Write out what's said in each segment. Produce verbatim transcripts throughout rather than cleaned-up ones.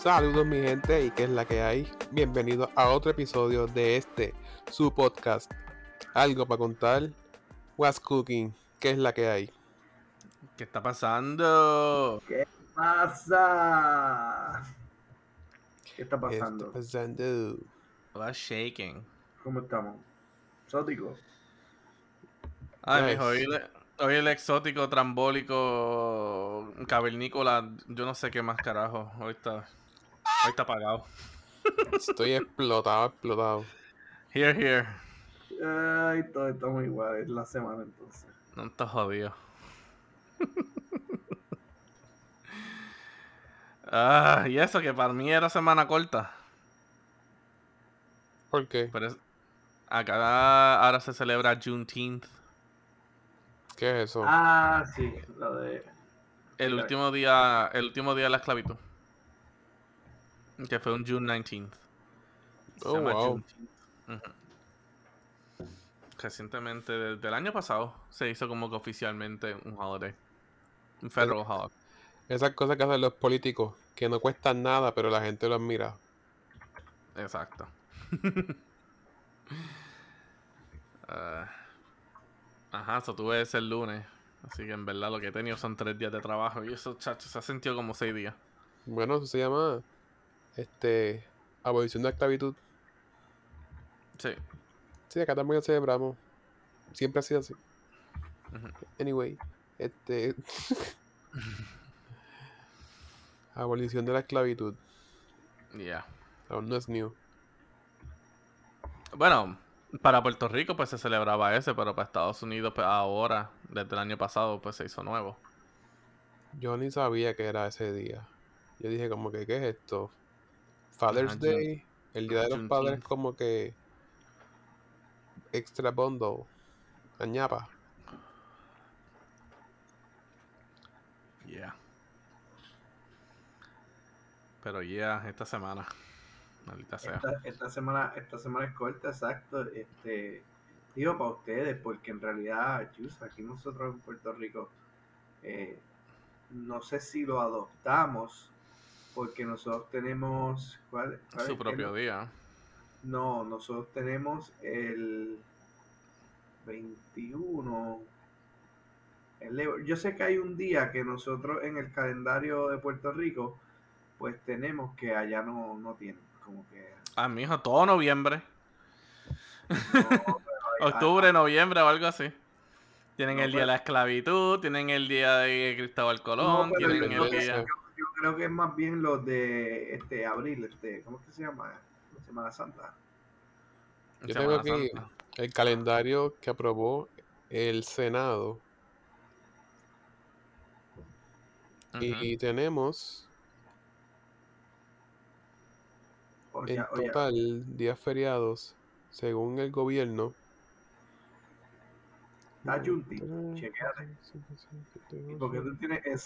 Saludos mi gente y qué es la que hay. Bienvenidos a otro episodio de este, su podcast. Algo para contar. What's cooking? ¿Qué es la que hay? ¿Qué está pasando? ¿Qué pasa? ¿Qué está ¿Qué está pasando? pasando? What's shaking? ¿Cómo estamos? ¿Exótico? Ay, Nice. mijo, hoy, el- hoy el exótico, trambólico, cavernícola, yo no sé qué más carajo. Hoy está, hoy está apagado. Estoy explotado, explotado. Here, here. Ay, todos estamos iguales la semana entonces. No está jodido. Ah, y eso que para mí era semana corta. ¿Por qué? Pero es- acá ahora se celebra Juneteenth. ¿Qué es eso? Ah, sí, lo de... El Explícame. último día, el último día de la esclavitud. Que fue un June nineteenth. Se Oh, llama wow. Juneteenth. Ujú. Recientemente, desde el año pasado, se hizo como que oficialmente un holiday. Un federal holiday. Esas cosas que hacen los políticos, que no cuestan nada, pero la gente lo admira. Exacto. Ah, ajá, eso tuve ese el lunes. Así que en verdad lo que he tenido son tres días de trabajo. Y eso, chacho, se ha sentido como seis días. Bueno, eso se llama, este, abolición de la esclavitud. Sí. Sí, acá también lo celebramos. Siempre ha sido así. Ujú. Anyway, este, abolición de la esclavitud. Yeah. Aún no es new. Bueno, para Puerto Rico pues se celebraba ese, pero para Estados Unidos pues ahora, desde el año pasado, pues se hizo nuevo. Yo ni sabía que era ese día. Yo dije como que, ¿qué es esto? Ajá, Father's June, Day, el Día de los Padres Juneteenth. como que extra bundle, añapa. Yeah. Pero yeah, esta semana. Maldita sea. Esta, esta semana, esta semana es corta, exacto. Este, digo para ustedes, porque en realidad, chus, aquí nosotros en Puerto Rico, eh, no sé si lo adoptamos, porque nosotros tenemos, ¿cuál, cuál Su es? ¿Qué es propio lo- día. No, nosotros tenemos el veintiuno. el Labor- Yo sé que hay un día que nosotros en el calendario de Puerto Rico, pues tenemos que allá no, no tienen. Como que Ah, mijo, todo noviembre. no, pero hay- hay- Octubre, noviembre o algo así. Tienen no, el día de pero, la esclavitud, tienen el día de Cristóbal no, Colón, pero yo tienen el creo que Independencia. día... yo, yo creo que es más bien los de este abril, este, ¿cómo es que se llama? Semana Santa. Yo tengo Semana aquí Santa. el calendario que aprobó el Senado Ujú. y tenemos Oye, en oye, total días feriados, según el gobierno. está uno, Junti, tres, cuatro, chequéate. cinco, seis, siete, ¿Y por qué ocho. tú tienes eso?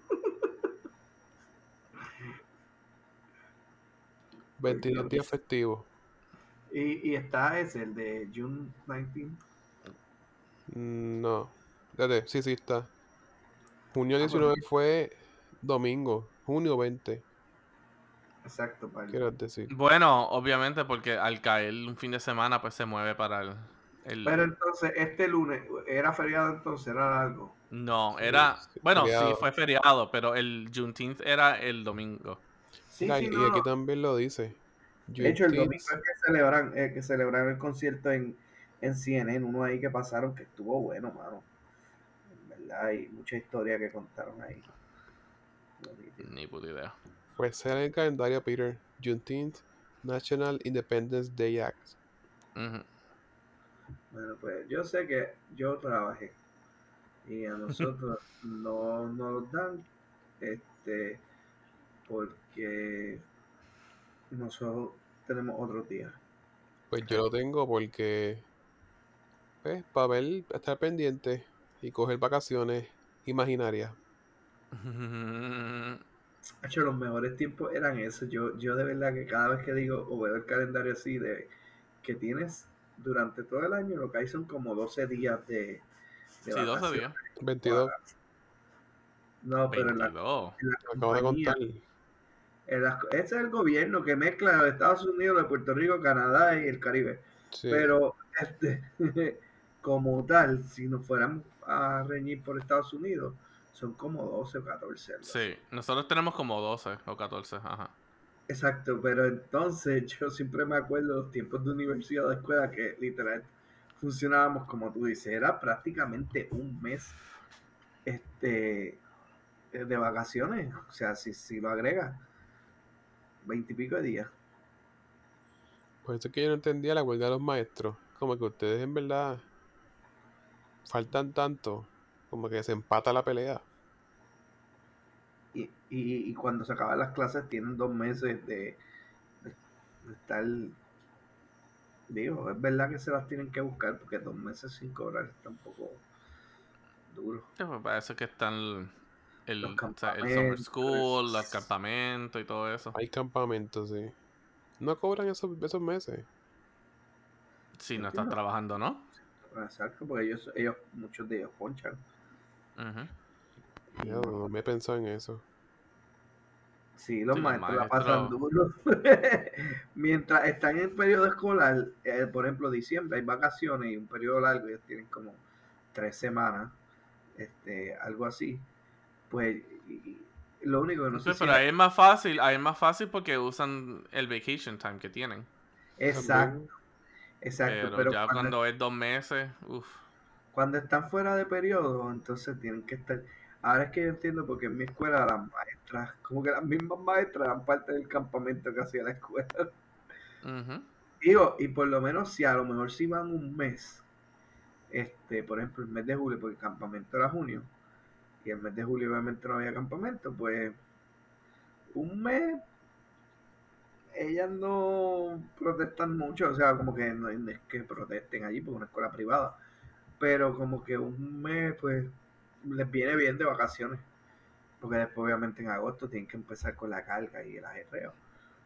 veintidós Porque, días festivos. y, y está ese, el de June diecinueve. Mm, No. Espérate, sí, sí está. Junio Ah, pues diecinueve fue domingo. Junio veinte, exacto, para el- quiero decir. Bueno, obviamente porque al caer un fin de semana pues se mueve para el... Pero el... entonces, este lunes, ¿era feriado entonces? ¿Era algo? No, Sí, era... sí, Bueno, sí, feriado. fue feriado, pero el Juneteenth era el domingo. Sí, Mira, y sí, y no, aquí no. también lo dice. De hecho, el domingo Juneteenth. es que celebran, eh, que celebraron el concierto en, en C N N, uno ahí que pasaron que estuvo bueno, mano. En verdad, hay mucha historia que contaron ahí. Lo nítido. Ni puta idea. Pues sea en el calendario, Peter. Juneteenth, National Independence Day Act. Ujú. Bueno, pues yo sé que yo trabajé y a nosotros no nos los dan, este, porque nosotros tenemos otros días. Pues yo lo tengo porque, pues, para ver, estar pendiente y coger vacaciones imaginarias. De hecho, los mejores tiempos eran esos. Yo, yo de verdad que cada vez que digo o veo el calendario así de que tienes durante todo el año, lo que hay son como doce días de, de Sí, doce vacaciones. días. veintidós, No, pero en la, veintidós. en la acabo de compañía, contar. el- ese es el gobierno que mezcla los Estados Unidos, de Puerto Rico, Canadá y el Caribe. Sí. Pero este, como tal, si nos fuéramos a reñir por Estados Unidos, son como doce o catorce. algo así. Sí, nosotros tenemos como doce o catorce, ajá. Exacto, pero entonces yo siempre me acuerdo de los tiempos de universidad o de escuela que literal funcionábamos como tú dices, era prácticamente un mes este de vacaciones, o sea, si, si lo agregas, veintipico de días. Por eso es que yo no entendía la huelga de los maestros. Como que ustedes en verdad faltan tanto, como que se empata la pelea. Y, y, y cuando se acaban las clases tienen dos meses de, de, de estar, digo, es verdad que se las tienen que buscar porque dos meses sin cobrar está un poco duro. Sí, pues para eso es que están el, Los o sea, el summer campamentos, school, el campamento y todo eso. Hay campamentos, sí. No cobran esos, esos meses. Si no estás entiendo. trabajando, ¿no? Exacto, porque ellos, ellos, muchos de ellos ponchan. Ujú. Y Yo no me he pensado en eso. sí, los Sí, los maestros la pasan maestros. duro. Mientras están en periodo escolar, eh, por ejemplo, diciembre, hay vacaciones y un periodo largo, ellos tienen como tres semanas, este, algo así. Pues y- y lo único que no Sí, sé si pero era ahí es más fácil, ahí es más fácil porque usan el vacation time que tienen. exacto, También, exacto, Pero pero ya cuando, cuando es dos meses, uff. cuando están fuera de periodo, entonces tienen que estar. Ahora es que yo entiendo porque en mi escuela las maestras, como que las mismas maestras eran parte del campamento que hacía la escuela. Digo, y por lo menos si a lo mejor si van un mes, este, por ejemplo, el mes de julio, porque el campamento era junio, y el mes de julio obviamente no había campamento, pues un mes ellas no protestan mucho, o sea, como que no es que protesten allí porque es una escuela privada, pero como que un mes pues les viene bien de vacaciones, porque después obviamente en agosto tienen que empezar con la carga y el ajetreo.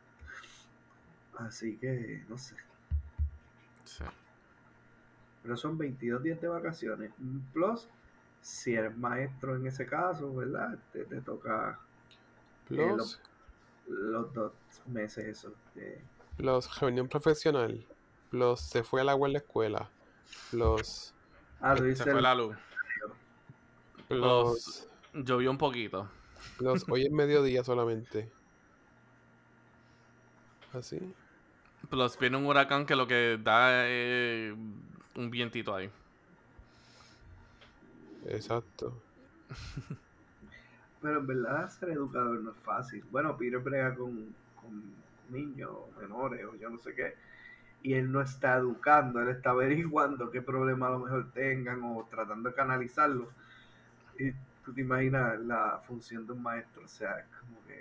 Así que no sé, Sí. pero son veintidós días de vacaciones, plus si eres maestro en ese caso, ¿verdad? Te, te toca eh, los, plus, los dos meses esos de... plus reunión profesional, plus se fue al agua en la escuela, plus, Ah, tú eh, Se dices fue el... la luz. Plus, plus, llovió un poquito. plus, hoy es mediodía solamente. Así, Plus, viene un huracán que lo que da es un vientito ahí. exacto. Pero en verdad ser educador no es fácil. Bueno, Peter brega con, con niños menores o yo no sé qué. Y él no está educando, él está averiguando qué problema a lo mejor tengan o tratando de canalizarlo. Y tú te imaginas la función de un maestro, o sea, es como que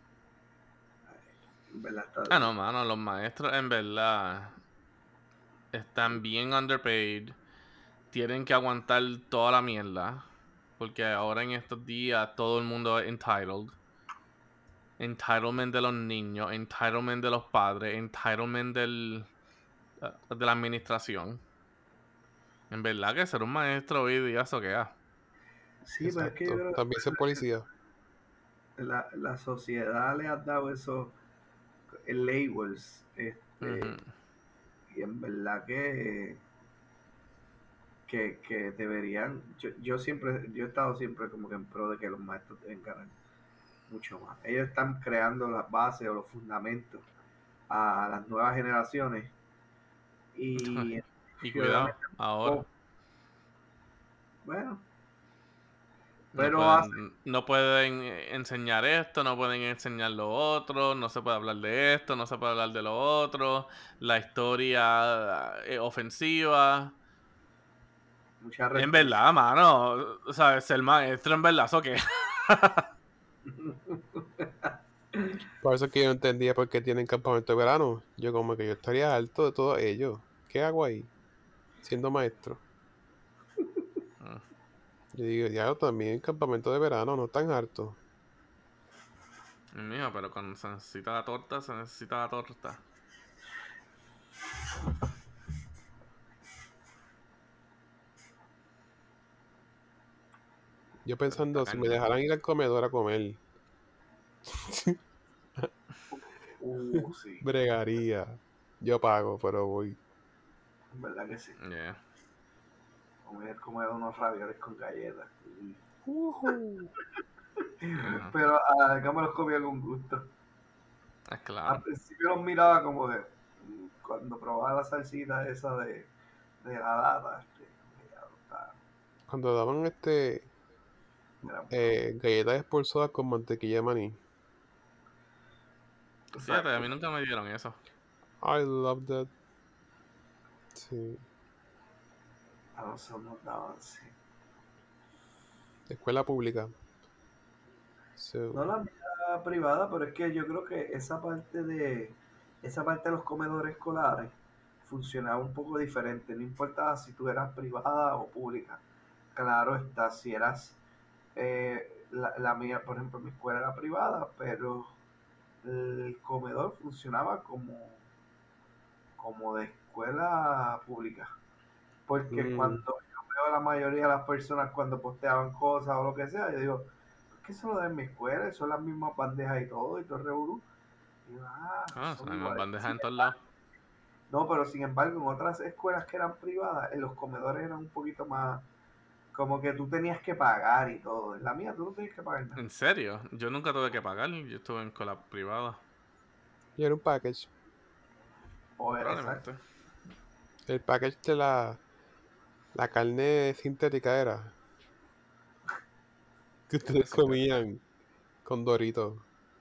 ay, en verdad está Ah, duro. no, mano, los maestros en verdad están bien underpaid. Tienen que aguantar toda la mierda. Porque ahora en estos días todo el mundo es entitled. Entitlement de los niños, entitlement de los padres, entitlement del, eh, de la administración. En verdad que ser un maestro hoy día soquea. Sí, pero es que yo Exacto. creo También ser policía. que la, la sociedad le ha dado esos eh, labels. Este, Ujú. y en verdad que que, que deberían, yo, yo siempre, yo he estado siempre como que en pro de que los maestros deben ganar mucho más. Ellos están creando las bases o los fundamentos a las nuevas generaciones y, Y y obviamente, cuidado, ahora. oh, bueno, No pero hace, pueden, no pueden eh, enseñar esto, no pueden enseñar lo otro, no se puede hablar de esto, no se puede hablar de lo otro, la historia es ofensiva. mucha En restricción. verdad, mano, ¿sabes? Ser maestro en verdad, ¿eso qué? Por eso es que yo no entendía por qué tienen campamento de verano. Yo como que yo estaría alto de todo ello. ¿Qué hago ahí? Siendo maestro. Yo digo, ya también campamento de verano, no tan harto. Mío, pero cuando se necesita la torta, se necesita la torta. Yo Pero está pensando, si me cañón. dejaran ir al comedor a comer. Uh, sí, Bregaría. Yo pago, pero voy. en verdad que sí. Yeah. Comer, comer unos ravioles con galletas. Ujú. Yeah. Pero ah, acá me los comía con gusto. Es Al claro. principio los miraba como que mm, cuando probaba la salsita esa de, de la lata, este, ya no está- Cuando daban este era muy eh, galletas expulsadas con mantequilla de maní. Fíjate, a exacto. mí nunca me dieron eso. I love that. Sí. A nosotros nos daban, sí. Escuela pública. So, No la mía privada, pero es que yo creo que esa parte de esa parte de los comedores escolares funcionaba un poco diferente. No importaba si tú eras privada o pública. Claro está, si eras eh, la, la mía, por ejemplo, mi escuela era privada, pero el comedor funcionaba como, como de escuela pública. Porque mm, cuando yo veo a la mayoría de las personas cuando posteaban cosas o lo que sea, yo digo, es que eso lo de mi escuela, y son las mismas bandejas y todo, y todo el revolú. Y yo, ah, Ah, son hay más iguales. bandejas Sin en todos lados. embargo- no, pero sin embargo, en otras escuelas que eran privadas, en los comedores eran un poquito más, como que tú tenías que pagar y todo. En la mía tú no tenías que pagar nada. ¿En serio? Yo nunca tuve que pagar. Yo estuve en escuela privada. y era un package. O era exacto. Probablemente. El package de la, la carne sintética era. Que Carne ustedes sintética. comían con Doritos.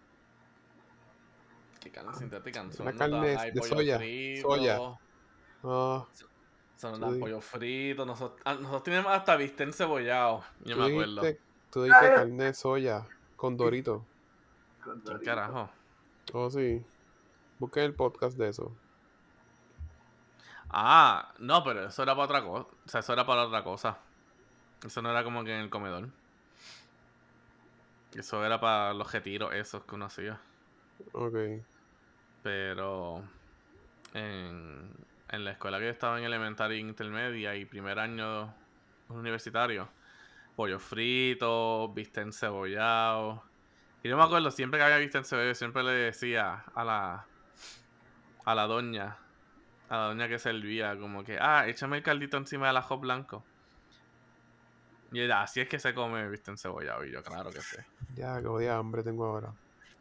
¿Qué carne sintética? Una Nosotros nos daban carne ahí de pollo soya. Soya. frito. Ah, Nosotros nos tú, dan di- pollo frito. Nosotros, ah, nosotros teníamos hasta bistec encebollado. Yo tú me acuerdo. dijiste, tú dijiste Ah, carne de soya con eh, Doritos. con ¿Quién Doritos. carajo? Oh, sí. Busqué el podcast de eso. Ah, no, pero eso era para otra cosa. O sea, eso era para otra cosa. Eso no era como que en el comedor. Eso era para los retiros esos que uno hacía. Ok. Pero en, en la escuela que yo estaba en elemental y intermedia y primer año universitario, pollo frito, bistec encebollado. Y yo me acuerdo, siempre que había bistec encebollado, siempre le decía a la, a la doña, a la doña que servía, como que, ah, échame el caldito encima del ajo blanco. Y ella, así es que se come bistec encebollado. Y yo, claro que sí. Ya, que odia hambre tengo ahora.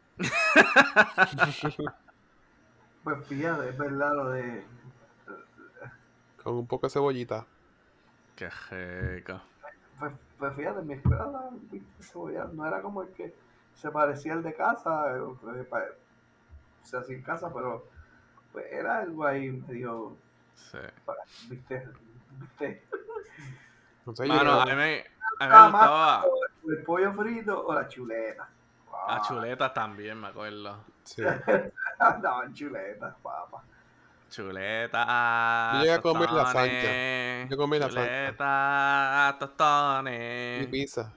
Pues fíjate, es verdad lo de. Con un poco de cebollita. Qué rico. Pues, pues fíjate, en mi escuela la viste cebolla no era como el que se parecía al de casa, eh, eh, pa- o sea, sin casa, pero pues era algo ahí medio, Sí. para- viste, viste, No sé, yo Mano, a creo. mí me, a mí me estaba más gustaba o el pollo frito o la chuleta. las Wow. chuletas también, me acuerdo. Sí. Andaban chuletas, papá. Yo Chuletas, llegué a comer lasaña. tostones, Yo comí lasaña. chuletas, Y tostones. pizza.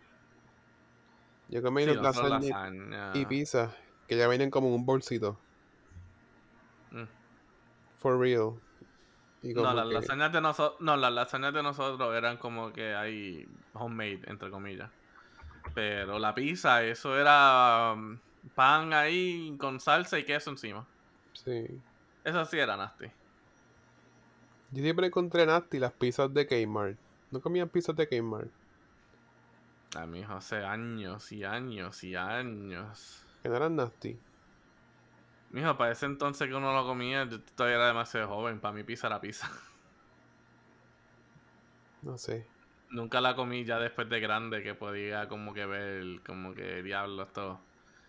Yo comí Sí, los nosotros lasaña y lasaña. pizza. Que ya vienen como en un bolsito. Mm. For real. Y No, como las que. lasañas de nosotros, no, las lasañas de nosotros eran como que hay homemade, entre comillas. Pero la pizza, eso era um, pan ahí con salsa y queso encima. Sí. Eso sí era nasty. Yo siempre encontré nasty las pizzas de Kmart. ¿No comían pizzas de Kmart? A mí hace años y años y años. Que no eran nasty. Mijo, para ese entonces que uno lo comía, yo todavía era demasiado joven. Para mí pizza era pizza. No sé. Nunca la comí ya después de grande que podía como que ver, como que diablo, esto.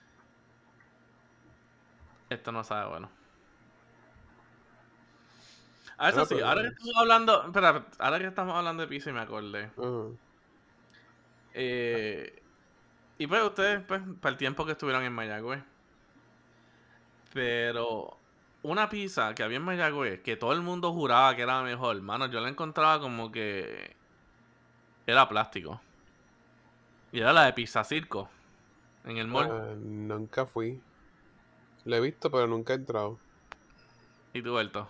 Esto no sabe bueno. Ah, eso Bueno, sí, ahora que pero. estamos hablando, espera, ahora que estamos hablando de pizza y me acordé. Ajá. Eh, y pues ustedes, pues, para el tiempo que estuvieron en Mayagüez. Pero una pizza que había en Mayagüez, que todo el mundo juraba que era la mejor, mano, yo la encontraba como que era plástico. Y era la de Pizza Circo, en el mall. Ah, nunca fui. Lo he visto, pero nunca he entrado. Y tú, vuelto.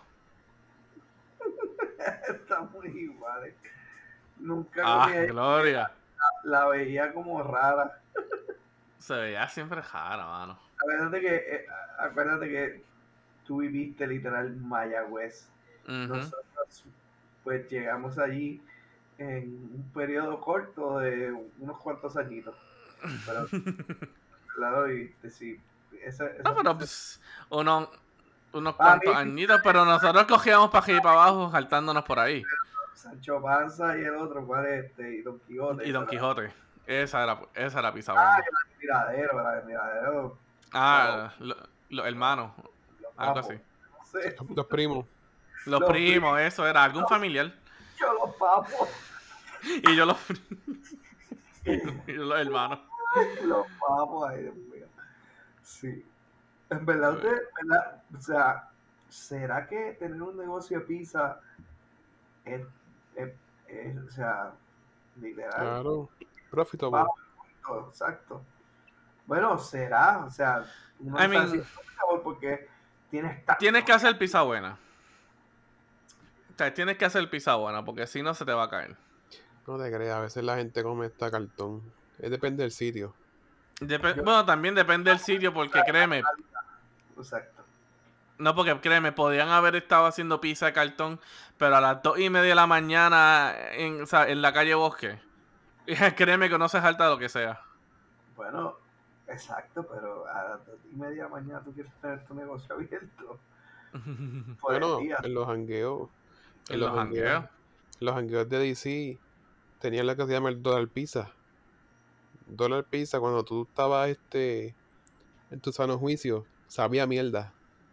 Está muy igual. eh. Nunca comí Ah, ahí, Gloria. la veía como rara. Se veía siempre rara, mano. acuérdate que, eh, acuérdate que tú viviste literal en Mayagüez. Ujú. Nosotros pues llegamos allí en un periodo corto de unos cuantos añitos. Pero claro, y te- sí, esa, No, esa pero pizza. pues, uno, unos Para cuantos mí, añitos, pero nosotros cogíamos para aquí y para abajo, saltándonos por ahí. Sancho Panza y el otro, ¿cuál es este? Y Don Quijote. Y Don esa era- Quijote. Esa era, esa era pizza Ah, buena. y la de Miradero, la de Miradero. Pero Ah, lo- los hermanos, los algo papos, así. no sé. Los primos. Los Los primos, primos, eso era algún familiar. yo los papos. Y yo los, y yo los hermanos. Los papos, ay Dios mío. Sí. En verdad, Sí. usted, ¿verdad? O sea, ¿será que tener un negocio de pizza es, es- es, o sea, literal? Claro. Profitable. Bajo costo, exacto. Bueno, será, o sea, uno I no sabe si mean, es profitable porque tienes tanto. tienes que hacer pizza buena. O sea, tienes que hacer pizza buena, porque si no se te va a caer. No te creas, a veces la gente come esta cartón. Es depende del sitio. Dep- Yo- bueno, también depende del sitio, porque créeme, Exacto. no, porque créeme, podían haber estado haciendo pizza de cartón, pero a las dos y media de la mañana en, o sea, en la calle Bosque. Créeme que no se salta lo que sea. Bueno, exacto, pero a las dos y media de la mañana tú quieres tener tu negocio abierto por el Bueno, día. en los jangueos, en En los los jangueos, jangueos. en los jangueos de D C tenían lo que se llama el dólar pizza. Dólar pizza cuando tú estabas este en tu sano juicio, sabía mierda.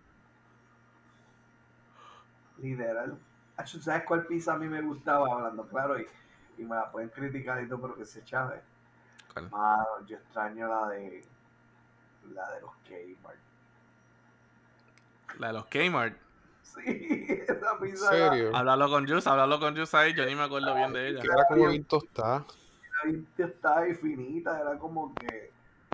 Literal. Acho, ¿sabes cuál pizza a mí me gustaba hablando claro? Y, y me la pueden criticar y todo, pero que se chave. ¿Cuál? Mano, yo extraño la de la de los Kmart. La de los Kmart. Sí, esa ¿En pizza era, serio? Háblalo con Juice, háblalo con Juice ahí, yo ni me acuerdo bien de ella. Que era como bien, bien tostada. era bien tostada y finita, era como que.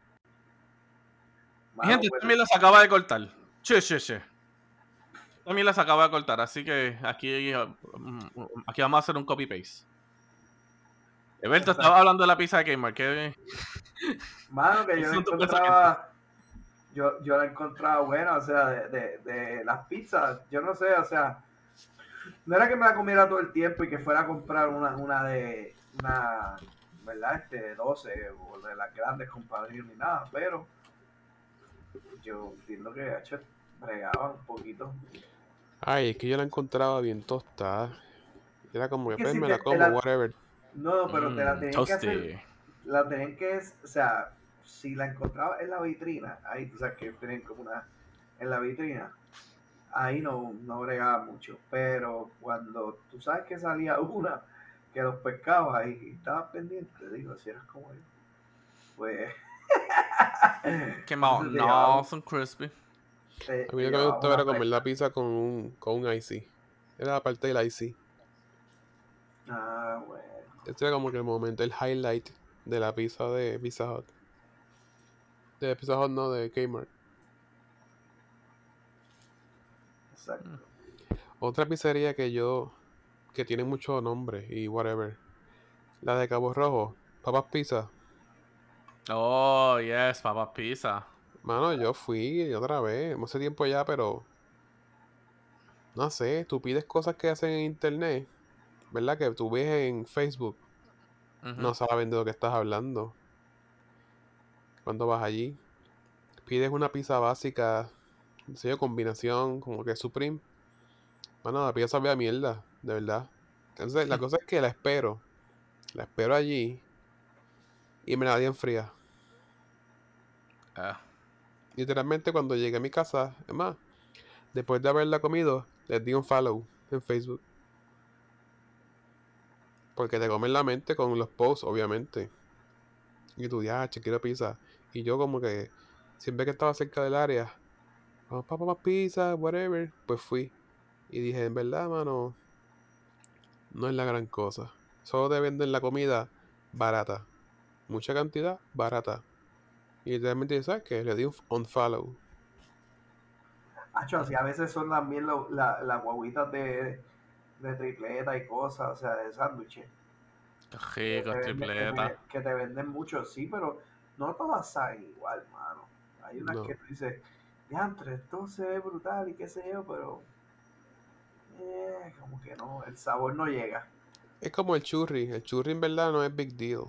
Mi Mano, gente, pues, también la acaba de cortar. Che, che, che. También las acaba de cortar, así que aquí, mm, aquí vamos a hacer un copy-paste. Eberto, exacto. estaba hablando de la pizza de Kmart. ¿Qué, Mano, que ¿Qué yo la son tus pensamientos? encontraba. Yo, yo la encontraba buena, o sea, de, de, de las pizzas, yo no sé, o sea, no era que me la comiera todo el tiempo y que fuera a comprar una, una de, una, ¿verdad? Este, de doce o de las grandes compadres ni nada, pero yo entiendo que H bregaba un poquito. Ay, es que yo la encontraba bien tostada. Era como Es que que pues si me te, la te como, la, whatever. no, pero te la Mmm, tenían que hacer, toasty. la tenían que, o sea, si la encontraba en la vitrina, ahí tú sabes que tenían como una, en la vitrina, ahí no, no bregaba mucho, pero cuando tú sabes que salía una que los pescaba y estabas pendiente, digo, si eras como yo, pues Quemado. entonces te llevaba, No, un- son crispy. te, A mí te lo que me llevaba gustaba una era comer la fresca. pizza con un, con un icy. Era la parte del icy. Ah, bueno, Este era como que el momento, el highlight de la pizza de Pizza Hut. De Pizza Hut, no, de Kmart. exacto. Otra pizzería que yo, que tiene mucho nombre y whatever. La de Cabo Rojo, Papas Pizza. Oh, yes, papas pizza. Mano, yo fui otra vez, hace tiempo ya, pero no sé, tú pides cosas que hacen en internet, ¿verdad? Que tú ves en Facebook, Ujú. no saben de lo que estás hablando. Cuando vas allí, pides una pizza básica, no sé yo, combinación, como que Supreme. Mano, la pizza sabe a mierda, de verdad. Entonces, la cosa es que la espero, la espero allí y me la di en fría. Ah, Literalmente cuando llegué a mi casa, es más, después de haberla comido, les di un follow en Facebook. Porque te comen la mente con los posts, obviamente. Y tú, ya, che, quiero pizza. Y yo como que, siempre que estaba cerca del área, vamos para más pizza, whatever, pues fui. Y dije, en verdad, mano, no es la gran cosa. Solo te venden la comida barata. Mucha cantidad, barata. Y literalmente, ¿sabes qué? Le di un unfollow. Acho, así a veces son también lo- la- las guaguitas de, de tripleta y cosas, o sea, de sándwiches. qué Que rico, te, venden, que, te, tripleta. que te venden mucho, sí, pero no todas saben igual, mano. Hay unas No. que tú dices, diantre, esto se ve brutal y qué sé yo, pero eh, como que no, el sabor no llega. Es como el churri. El churri en verdad no es big deal.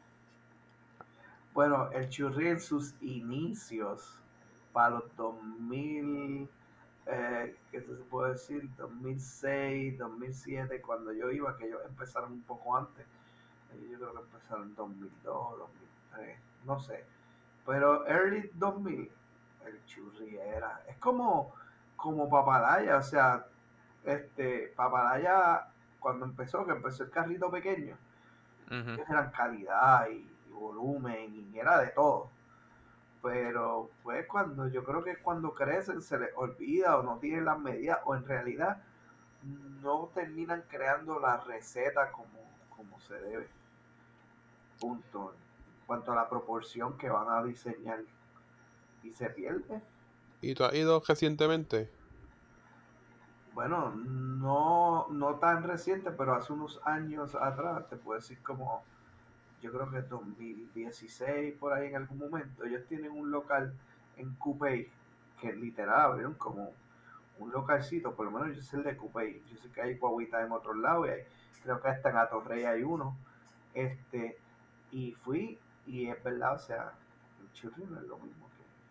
Bueno, el churri en sus inicios, para los dos mil, eh, ¿qué se puede decir? dos mil seis, dos mil siete, cuando yo iba, que ellos empezaron un poco antes. Eh, Yo creo que empezaron en dos mil dos, dos mil tres, no sé. Pero early dos mil, el churri era, es como, como Papalaya, o sea, este, Papalaya cuando empezó, que empezó el carrito pequeño, Ujú. ellos eran calidad y, y volumen y era de todo. Pero fue cuando, yo creo que es cuando crecen, se les olvida o no tienen las medidas o en realidad no terminan creando la receta como, como se debe. Punto. En cuanto a la proporción que van a diseñar y se pierde. ¿Y tú has ido recientemente? Bueno, no, no tan reciente, pero hace unos años atrás, te puedo decir como, yo creo que dos mil dieciséis, por ahí en algún momento, ellos tienen un local en Coupey, que literal abrieron como un localcito, por lo menos yo sé el de Coupey, yo sé que hay guaguitas en otros lados, y hay, creo que hasta en Atorrey hay uno, este, y fui, y es verdad, o sea, el churri no es lo mismo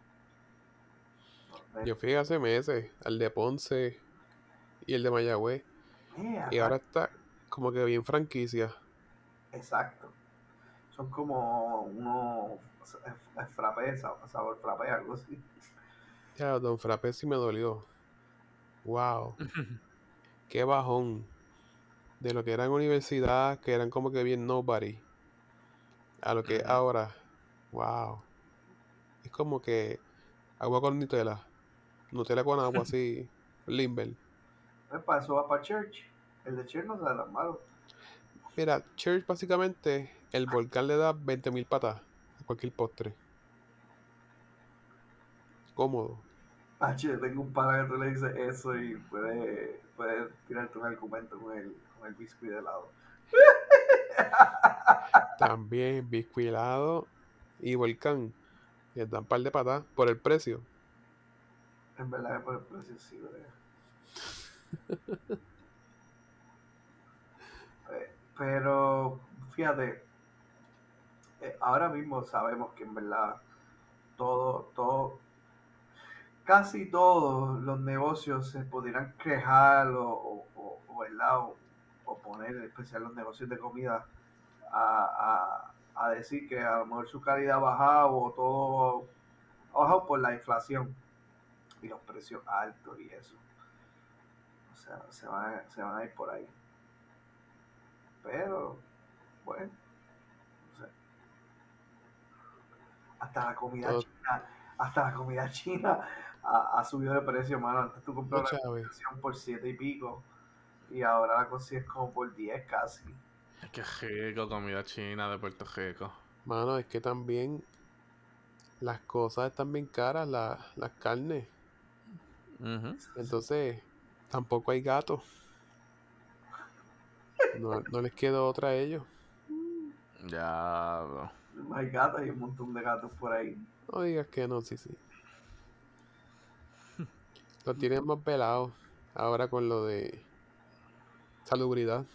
que, no, Yo fui hace meses al de Ponce y el de Mayagüez. eh, Y ahora está como que bien franquicia. exacto. Son como unos frappé, sabor frappé, algo así. Ya, Don Frappé sí me dolió. Wow, qué bajón. De lo que eran universidad, que eran como que bien nobody, a lo que es Ujú. ahora. Wow. Es como que agua con Nutella. Nutella con agua así. Limber. Pues para eso va para Church. El de Church no se da tan malo. Mira, Church básicamente, el volcán le da veinte mil patas a cualquier postre. Cómodo. Ah, che, tengo un pana que tú le dices eso y puede, puede tirarte un argumento con el, con el biscuit de helado. También biscuilado y volcán. Les dan par de patas por el precio. En verdad que por el precio sí, ¿verdad? Eh, Pero fíjate, eh, ahora mismo sabemos que en verdad todo, todo, casi todos los negocios se pudieran quejar o, o, o, o, ¿verdad? o, o poner, en especial los negocios de comida, a, a, a decir que a lo mejor su calidad ha bajado o todo ha bajado por la inflación y los precios altos y eso. O sea, se van, a, se van a ir por ahí. Pero, bueno, o sea, hasta la comida Todo, china, hasta la comida china ha, ha subido de precio, mano. Antes tú no, comprabas una Chávez. combinación por siete y pico y ahora la consigues como por diez casi. Qué rico, comida china de Puerto Rico. Mano, es que también las cosas están bien caras, la- las carnes. Ujú. Entonces, tampoco hay gatos. No, no les queda otra a ellos. Ya, bro. Hay gatos y un montón de gatos por ahí. No digas que no, sí, sí. Los tienen más pelados ahora con lo de salubridad.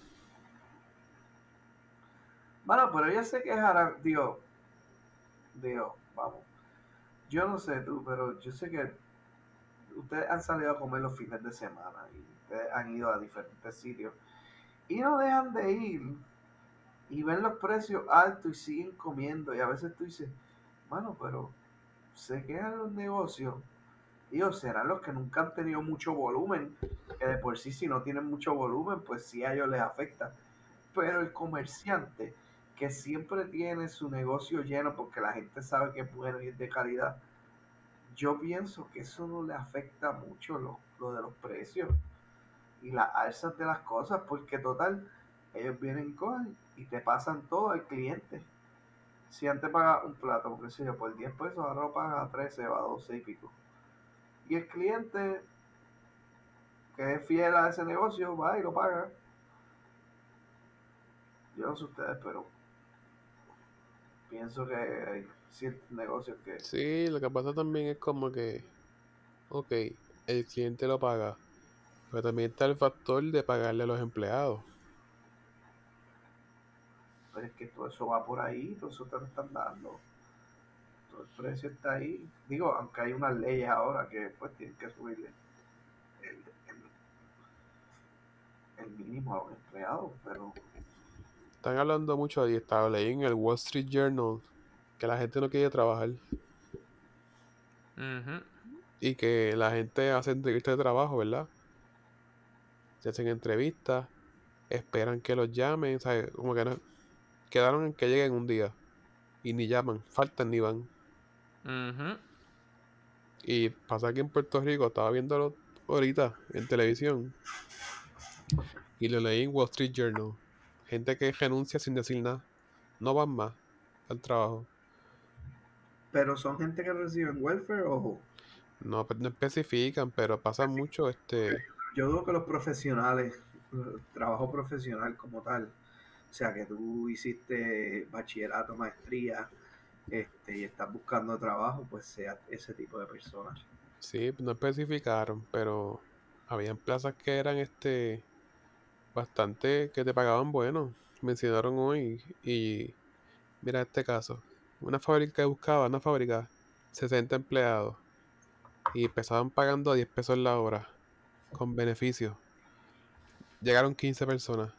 Bueno, pero ellos se quejarán, digo, digo, vamos. Yo no sé tú, pero yo sé que ustedes han salido a comer los fines de semana y ustedes han ido a diferentes sitios y no dejan de ir y ven los precios altos y siguen comiendo y a veces tú dices, bueno, pero se quedan los negocios, digo, serán los que nunca han tenido mucho volumen, que de por sí si no tienen mucho volumen, pues sí a ellos les afecta, pero el comerciante que siempre tiene su negocio lleno porque la gente sabe que es bueno y es de calidad, yo pienso que eso no le afecta mucho lo, lo de los precios y las alzas de las cosas, porque total, ellos vienen con y te pasan todo al cliente. Si antes paga un plato, porque si yo por diez pesos, ahora lo paga a trece o a doce y pico. Y el cliente que es fiel a ese negocio va y lo paga. Yo no sé ustedes, pero pienso que ciertos negocios que... Sí, lo que pasa también es como que, ok, el cliente lo paga, pero también está el factor de pagarle a los empleados. Pero es que todo eso va por ahí, todo eso te lo están dando. Todo el precio está ahí. Digo, aunque hay unas leyes ahora que pues tienen que subirle el, el, el mínimo a los empleados, pero Están hablando mucho de estaba leí en el Wall Street Journal que la gente no quiere trabajar Ujú. y que la gente hace entrevistas de trabajo, ¿verdad? Se hacen entrevistas, esperan que los llamen, ¿sabes? Como que no, quedaron en que lleguen un día y ni llaman, faltan ni van. Ujú. Y pasa aquí en Puerto Rico, estaba viéndolo ahorita en televisión y lo leí en Wall Street Journal. Gente que renuncia sin decir nada, no van más al trabajo. pero son gente que reciben welfare o No, pues, no especifican, pero pasa mucho este... yo digo que los profesionales, eh, trabajo profesional como tal, o sea que tú hiciste bachillerato, maestría, este, y estás buscando trabajo, pues sea ese tipo de personas. Sí, no especificaron, pero habían plazas que eran este bastante que te pagaban bueno. Mencionaron hoy y mira este caso. Una fábrica que buscaba, una fábrica, sesenta empleados y empezaban pagando a diez pesos la hora con beneficios. Llegaron quince personas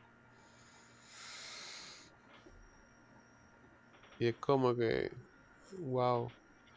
y es como que, wow.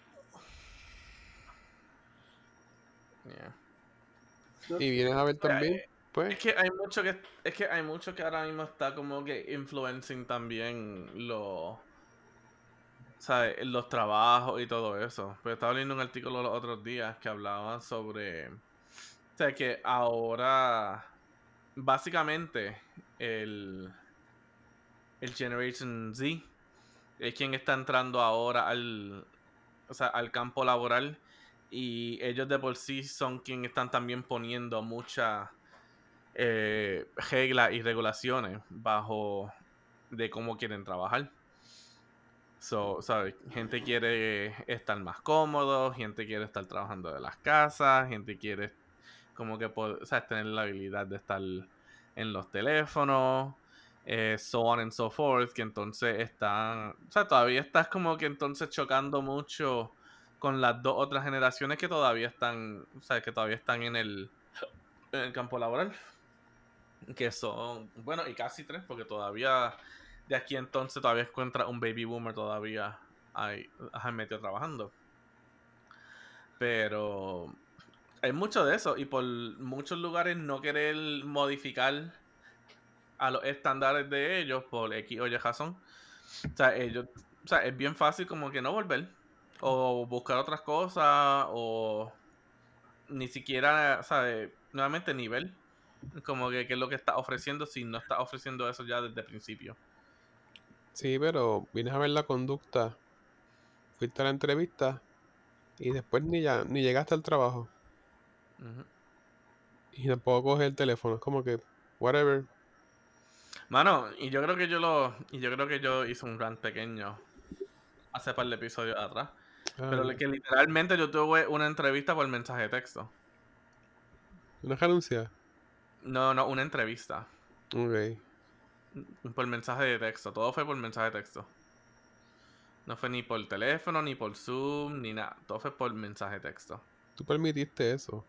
Yeah. No Y sé. vienes a ver también, Eh, pues, Es que hay mucho que es que hay mucho que ahora mismo está como que influencing también los ¿sabes? Los trabajos y todo eso. Pero estaba leyendo un artículo los otros días que hablaba sobre o sea que ahora básicamente el el Generation Z es quien está entrando ahora al o sea, al campo laboral y ellos de por sí son quien están también poniendo muchas eh, reglas y regulaciones bajo de cómo quieren trabajar. So, ¿sabes? Gente quiere estar más cómodo, gente quiere estar trabajando de las casas, gente quiere como que poder, ¿sabes? Tener la habilidad de estar en los teléfonos, eh, so on and so forth, que entonces están, o sea, todavía estás como que entonces chocando mucho con las dos otras generaciones que todavía están, o sea, que todavía están en el, en el campo laboral, que son, bueno, y casi tres, porque todavía de aquí entonces todavía encuentra un baby boomer todavía ahí, ahí metido trabajando. Pero hay mucho de eso y por muchos lugares no querer modificar a los estándares de ellos por X o Y razón. O sea, ellos, o sea, es bien fácil como que no volver o buscar otras cosas o ni siquiera, ¿sabes? Nuevamente nivel. Como que qué es lo que está ofreciendo si no está ofreciendo eso ya desde el principio. sí, pero vienes a ver la conducta, fuiste a la entrevista y después ni ya, ni llegaste al trabajo. Ujú. Y tampoco coges el teléfono, es como que, whatever. Mano, y yo creo que yo lo. Y yo creo que yo hice un rant pequeño hace par de episodios atrás. Pero Ah, le- que literalmente yo tuve una entrevista por mensaje de texto. una renuncia. No, no, una entrevista. Ok. Mm, Por mensaje de texto. Todo fue por mensaje de texto. No fue ni por teléfono, ni por Zoom, ni nada. Todo fue por mensaje de texto. Tú permitiste eso.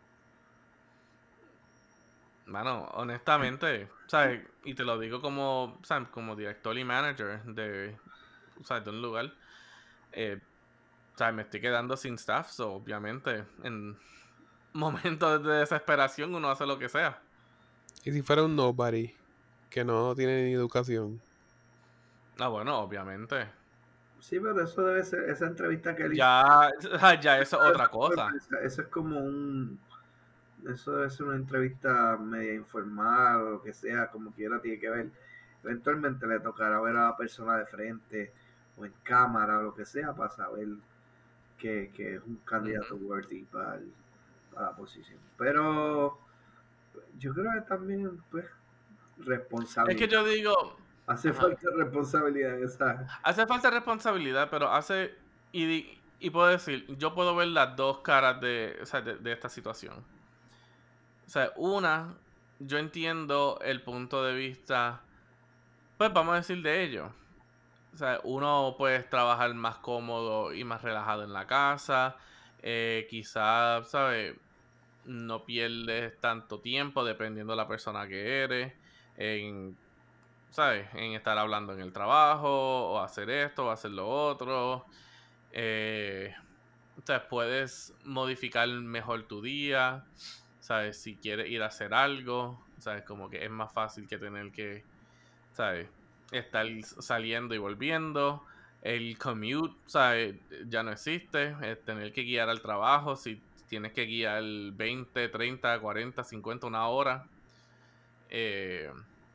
Mano, honestamente, ¿sabes? Y te lo digo como, ¿sabes? Como director y manager de, ¿sabes? De un lugar. Eh, ¿sabes? Me estoy quedando sin staff, so obviamente en momentos de desesperación uno hace lo que sea. Y si fuera un nobody, que no tiene ni educación. Ah, bueno, obviamente. Sí, pero eso debe ser, esa entrevista que él hizo, Ya, ya eso es otra cosa. eso, eso es como un, eso debe ser una entrevista media informal o lo que sea, como quiera tiene que ver. Eventualmente le tocará ver a la persona de frente o en cámara o lo que sea para saber que, que es un candidato Ujú. worthy para, el- para la posición. Pero yo creo que también, pues, Es que responsabilidad. yo digo, Hace Ajá. falta responsabilidad esa. Hace falta responsabilidad, pero hace. Y, di- y puedo decir, yo puedo ver las dos caras de, o sea, de, de esta situación. O sea, una, yo entiendo el punto de vista, pues vamos a decir de ellos. O sea, uno puede trabajar más cómodo y más relajado en la casa. Eh, quizás, ¿sabes? No pierdes tanto tiempo dependiendo de la persona que eres. En, ¿sabes? En estar hablando en el trabajo, o hacer esto, o hacer lo otro. Eh, o sea, puedes modificar mejor tu día. ¿Sabes? Si quieres ir a hacer algo, ¿sabes? Como que es más fácil que tener que, ¿sabes? Estar saliendo y volviendo. El commute, ¿sabes? Ya no existe. El tener que guiar al trabajo. Si tienes que guiar veinte, treinta, cuarenta, cincuenta, una hora. Eh,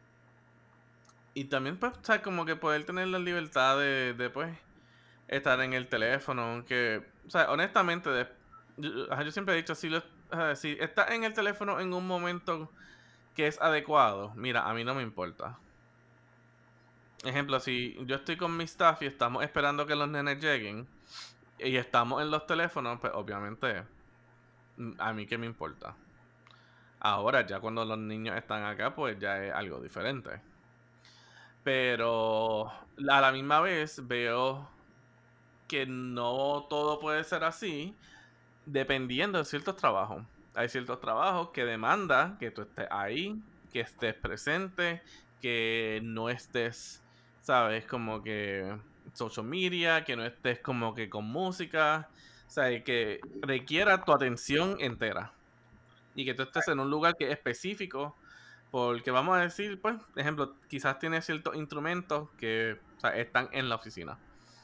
y también, pues, ¿sabes? Como que poder tener la libertad de, de, pues, estar en el teléfono. Aunque, o sea, honestamente, de- yo, ajá, yo siempre he dicho, si, lo, ajá, si estás en el teléfono en un momento que es adecuado, mira, a mí no me importa. Ejemplo, si yo estoy con mi staff y estamos esperando que los nenes lleguen y estamos en los teléfonos, pues obviamente mm, a mí qué me importa. Ahora, ya cuando los niños están acá, pues ya es algo diferente. Pero a la misma vez veo que no todo puede ser así dependiendo de ciertos trabajos. Hay ciertos trabajos que demandan que tú estés ahí, que estés presente, que no estés, sabes, como que social media, que no estés como que con música, o sea, que requiera tu atención entera y que tú estés en un lugar que es específico, porque vamos a decir, pues, ejemplo, quizás tienes ciertos instrumentos que, o sea, están en la oficina.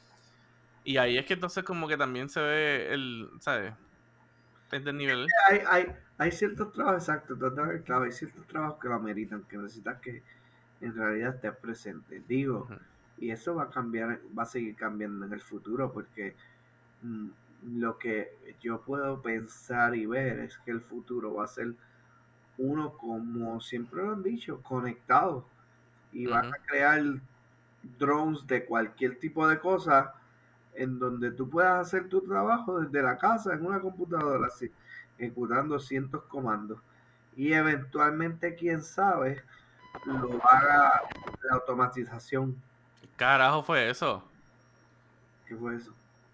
Y ahí es que entonces como que también se ve el, ¿sabes? Es del nivel. Hay, hay, hay ciertos trabajos, exacto, tú has dado el clavo, hay ciertos trabajos que lo ameritan, que necesitas que en realidad estés presente. Digo, Ujú, y eso va a cambiar, va a seguir cambiando en el futuro, porque mm, lo que yo puedo pensar y ver es que el futuro va a ser uno, como siempre lo han dicho, conectado. Y van ujú. a crear drones de cualquier tipo de cosa en donde tú puedas hacer tu trabajo desde la casa en una computadora, así, ejecutando cientos comandos. Y eventualmente, quién sabe, lo haga la automatización. ¿Qué carajo fue eso? ¿Qué fue eso?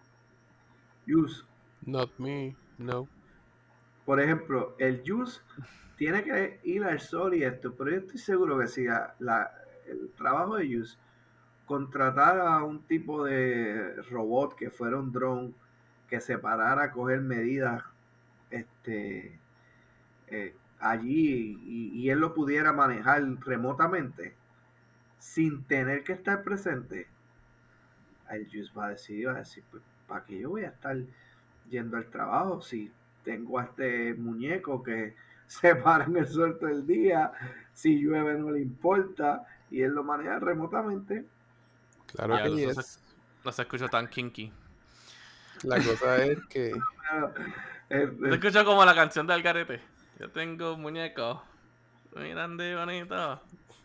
Use. Not me, no. Por ejemplo, el Use tiene que ir al sol y esto, pero yo estoy seguro que si la, la, el trabajo de Use contratara a un tipo de robot que fuera un drone que se parara a coger medidas este, eh, allí y, y, él lo pudiera manejar remotamente sin tener que estar presente, el Juice va a decir, va a decir, pues, ¿para qué yo voy a estar yendo al trabajo si tengo a este muñeco que se para en el sol todo el día, si llueve no le importa y él lo maneja remotamente? Claro Ya, que eso se, yes. no se escucha tan kinky. La cosa es que Es, No se es, escucha como la canción de Algarete. Yo tengo un muñeco. Miran de bonito.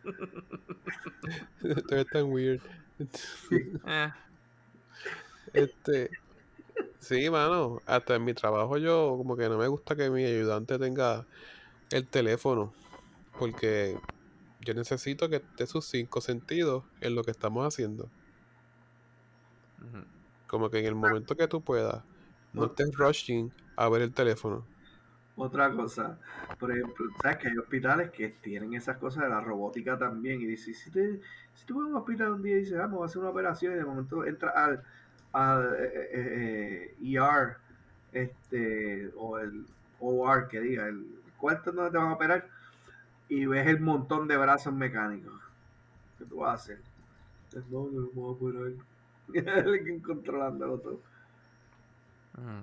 esto es tan weird. sí, Eh, Este, sí, mano, hasta en mi trabajo yo como que no me gusta que mi ayudante tenga el teléfono, porque yo necesito que esté sus cinco sentidos en lo que estamos haciendo. ujú. Como que en el momento que tú puedas, no o- estés rushing a ver el teléfono. otra cosa, por ejemplo, sabes que hay hospitales que tienen esas cosas de la robótica también y dices, si, te, si tú vas a un hospital un día y dices, vamos a hacer una operación y de momento entras al, al eh, eh, eh, E R este, o el O R que diga, el cuarto donde te van a operar y ves el montón de brazos mecánicos, ¿qué tú vas a hacer? Pues no, yo no puedo operar. Alguien controlándolo todo. Ujú.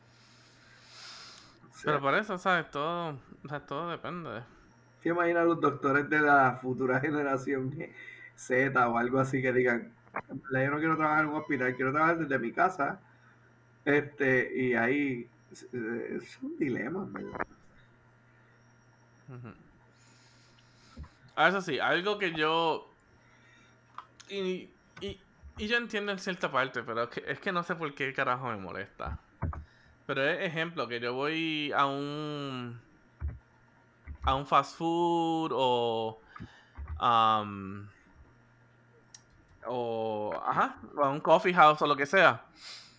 O Pero sea, por eso, ¿sabes? Todo, o sea, todo depende. ¿te imaginas los doctores de la futura generación Z o algo así que digan, en verdad, yo no quiero trabajar en un hospital, quiero trabajar desde mi casa? Este, y ahí es, es un dilema, en verdad. Ujú. Ah, eso sí, algo que yo Y, y, y yo entiendo en cierta parte, pero es que, es que no sé por qué carajo me molesta. Pero es ejemplo que yo voy a un a un fast food o um, o ajá, o a un coffee house o lo que sea.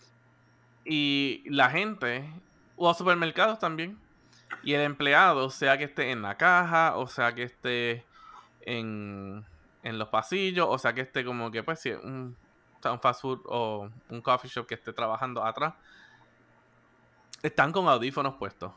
Y la gente, o a supermercados también. Y el empleado, sea que esté en la caja, o sea que esté en, en los pasillos, o sea que esté como que, pues, si es un, o sea, un fast food o un coffee shop que esté trabajando atrás, están con audífonos puestos.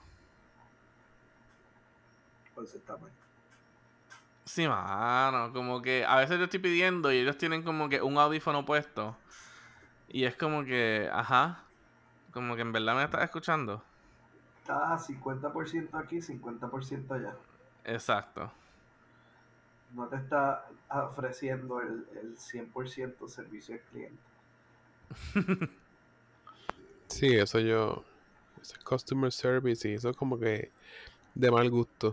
Pues está mal. Sí, mano, como que a veces yo estoy pidiendo y ellos tienen como que un audífono puesto. Y es como que, ajá, como que en verdad me estás escuchando. Está cincuenta por ciento aquí, cincuenta por ciento allá. Exacto. No te está ofreciendo el, el cien por ciento servicio al cliente. Sí, eso yo. Eso es customer service y eso es como que de mal gusto.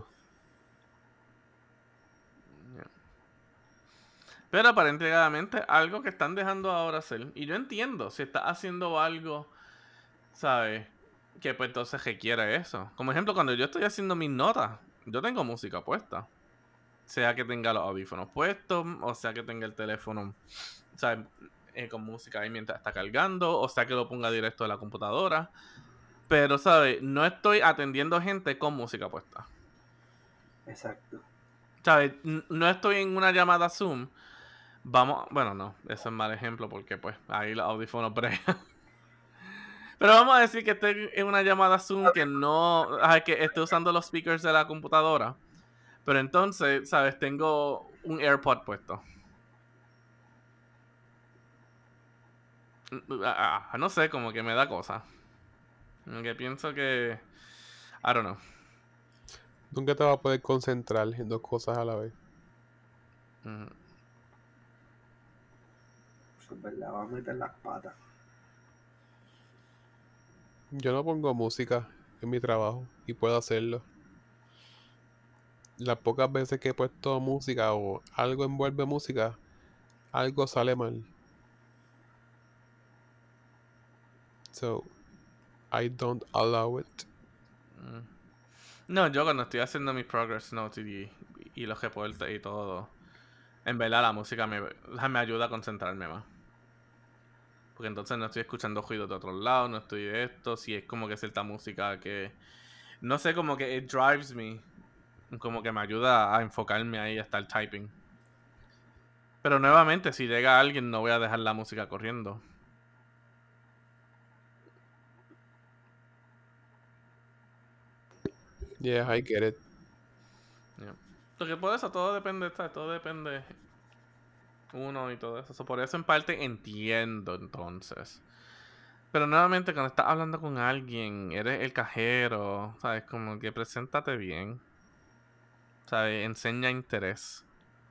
Pero aparentemente algo que están dejando ahora hacer. Y yo entiendo, si estás haciendo algo, ¿sabes? Que pues entonces requiere eso. Como ejemplo, cuando yo estoy haciendo mis notas, yo tengo música puesta. Sea que tenga los audífonos puestos, o sea que tenga el teléfono, ¿sabes? Eh, con música ahí mientras está cargando, o sea que lo ponga directo de la computadora. Pero, ¿sabes? No estoy atendiendo gente con música puesta. Exacto. ¿Sabes? N- No estoy en una llamada Zoom. Vamos, bueno, no, eso es mal ejemplo porque pues ahí los audífonos bregan. Pero vamos a decir que estoy en una llamada Zoom que no, ay, que esté usando los speakers de la computadora. Pero entonces, ¿sabes? Tengo un AirPod puesto. Mm, ah, ah, No sé, como que me da cosa. Como que pienso que, I don't know. Nunca te vas a poder concentrar en dos cosas a la vez. Mm, Eso es verdad, va a meter las patas. Yo no pongo música en mi trabajo y puedo hacerlo. Las pocas veces que he puesto música o algo envuelve música, algo sale mal. So, I don't allow it. mm. No, yo cuando estoy haciendo mis progress notes y, y los reportes y todo, en verdad la música me, me ayuda a concentrarme más. Porque entonces no estoy escuchando ruidos de otros lados, no estoy de esto, si es como que cierta música que, no sé, como que it drives me, como que me ayuda a enfocarme ahí, a estar typing. Pero nuevamente, si llega alguien, no voy a dejar la música corriendo. Yeah, I get it. Yeah. Porque por eso todo depende, ¿sabes? Todo depende uno y todo eso. So, por eso en parte entiendo entonces. Pero nuevamente, cuando estás hablando con alguien, eres el cajero, ¿sabes? Como que preséntate bien, ¿sabes? Enseña interés.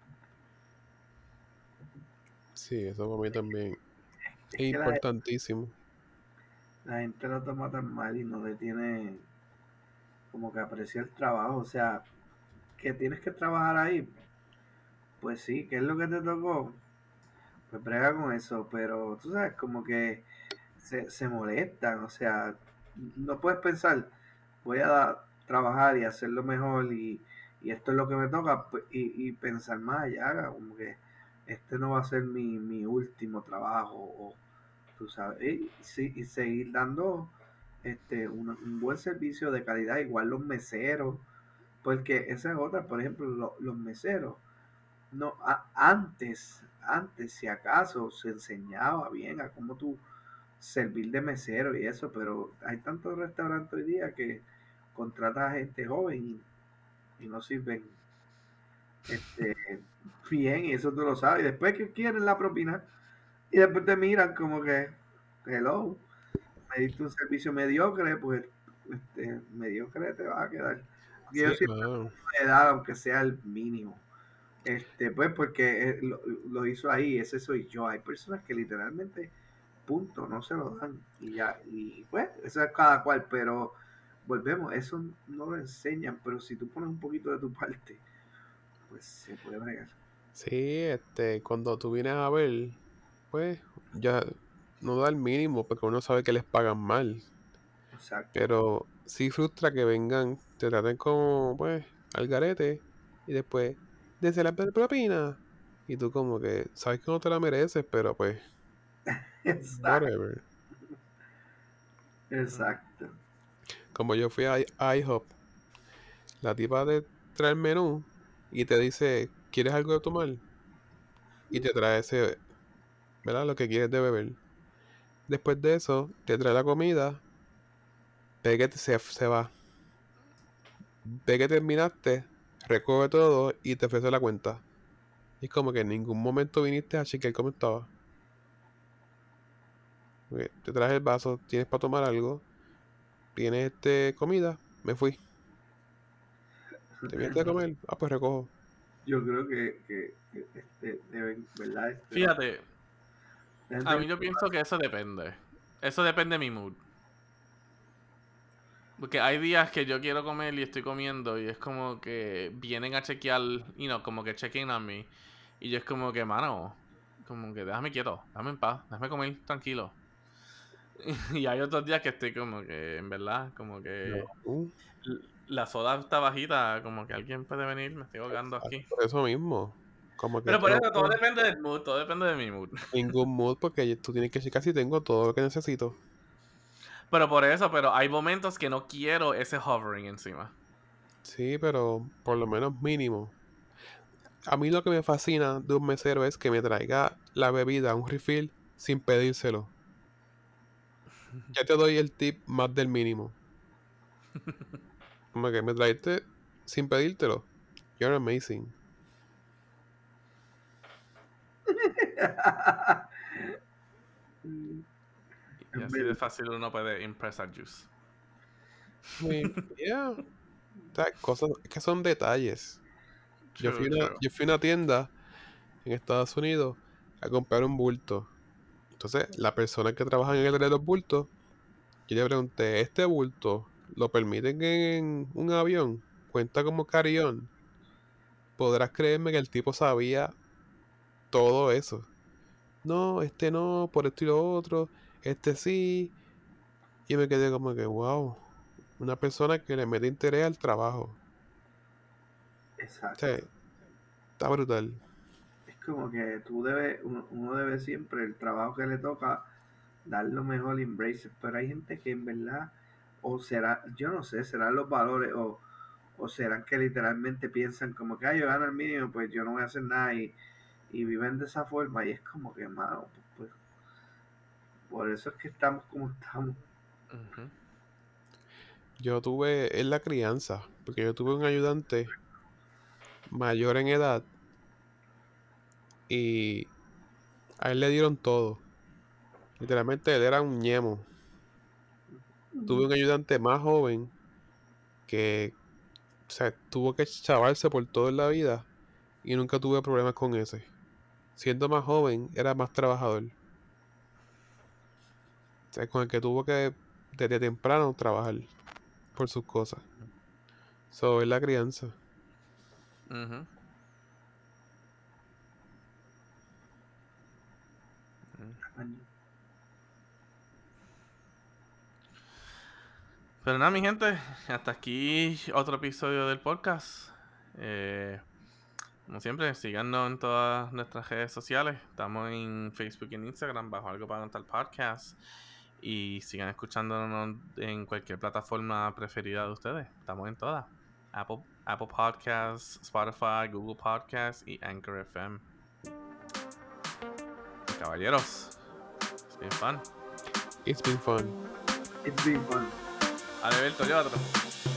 Sí, eso para mí también Es es que la, importantísimo. la gente lo toma tan mal y no le tiene como que aprecia el trabajo. O sea, que tienes que trabajar ahí. Pues sí, ¿qué es lo que te tocó? Pues brega con eso, pero tú sabes, como que se, se molestan, o sea, no puedes pensar, voy a da- trabajar y hacerlo mejor y, y esto es lo que me toca pues, y, y pensar más allá, como que este no va a ser mi, mi último trabajo, o tú sabes, y, sí, y seguir dando este un, un buen servicio de calidad, igual los meseros, porque esa es otra, por ejemplo, lo- los meseros. No, a- antes, antes, si acaso, se enseñaba bien a cómo tú servir de mesero y eso, pero hay tantos restaurantes hoy día que contratan a gente joven y, y no sirven este, bien, y eso tú lo sabes. Y después que quieren la propina, y después te miran como que, hello, me diste un servicio mediocre, pues este, mediocre te va a quedar. Porque yo Sí, siempre mano. he dado, aunque sea el mínimo. Este, pues porque eh, lo, lo hizo ahí, ese soy yo. Hay personas que literalmente, punto, no se lo dan. Y ya, y pues, eso es cada cual, pero volvemos, eso no lo enseñan, pero si tú pones un poquito de tu parte, pues se puede bregar. Sí, este, cuando tú vienes a ver, pues ya no da el mínimo porque uno sabe que les pagan mal. Exacto. Pero sí frustra que vengan, te traten como, pues, al garete y después, desde la propina. Y tú como que sabes que no te la mereces, pero pues, Exacto. whatever. Exacto. Como yo fui a, I- a IHOP, la tipa te trae el menú y te dice, ¿quieres algo de tomar? Y te trae ese, ¿verdad? Lo que quieres de beber. Después de eso, te trae la comida, ve que te- se, se va. Ve que terminaste, recoge todo y te ofrece la cuenta. Y es como que en ningún momento viniste a chequear cómo estaba. Porque te traje el vaso, tienes para tomar algo, tienes este comida, me fui. ¿Te viniste a comer? Ah, pues recojo. Yo creo que, que, que, este, deben, ¿verdad? Este, Fíjate, deben a tener- mí yo pienso que eso depende. Eso depende de mi mood. Porque hay días que yo quiero comer y estoy comiendo y es como que vienen a chequear, you know, como que check-in a mí. Y yo es como que, mano, como que déjame quieto, déjame en paz, déjame comer tranquilo. Y hay otros días que estoy como que, en verdad, como No. que Uh, l- la soda está bajita, como que alguien puede venir, me estoy ahogando aquí. por eso mismo. Como que Pero tú por no eso todo puedes depende del mood, todo depende de mi mood. ningún mood porque tú tienes que checar si tengo todo lo que necesito. Pero por eso, pero hay momentos que no quiero ese hovering encima. Sí, pero por lo menos mínimo. A mí lo que me fascina de un mesero es que me traiga la bebida, un refill, sin pedírselo. Ya te doy el tip más del mínimo. Como que me traiste sin pedírtelo. You're amazing. Y Es así de verdad. fácil uno puede impress a Juice. I mean, yeah. O sea, cosas es que son detalles. Yo fui True, a una, true. yo fui a una tienda en Estados Unidos a comprar un bulto. Entonces, la persona que trabaja en el área de los bultos, yo le pregunté, ¿este bulto lo permiten en un avión? ¿Cuenta como carry-on? Podrás creerme que el tipo sabía todo eso. No, este no, por esto y lo otro, este sí. Y me quedé como que, wow, una persona que le mete interés al trabajo. O sea, Exacto. está brutal. Es como que tú debes, uno, uno debe siempre, el trabajo que le toca, dar lo mejor, embrace. Pero hay gente que en verdad, o será, yo no sé, serán los valores, o, o serán que literalmente piensan como que, ah, yo gano el mínimo, pues yo no voy a hacer nada, y, y viven de esa forma, y es como que, mano, pues, pues, por eso es que estamos como estamos. Ujú. Yo tuve en la crianza, porque yo tuve un ayudante mayor en edad y a él le dieron todo. Literalmente él era un ñemo. Tuve un ayudante más joven que, o sea, tuvo que chavarse por todo en la vida y nunca tuve problemas con ese. Siendo más joven, era más trabajador. O sea, con el que tuvo que desde temprano trabajar por sus cosas. So, es la crianza. Ujú. Pero nada, mi gente, hasta aquí otro episodio del podcast. Eh, como siempre, síganos en todas nuestras redes sociales. Estamos en Facebook y en Instagram bajo Algo para Contar Podcast. Y sigan escuchándonos en cualquier plataforma preferida de ustedes. Estamos en todas. Apple, Apple Podcasts, Spotify, Google Podcasts y Anchor F M. Caballeros, it's been fun. It's been fun. It's been fun. Alberto, llévatelo.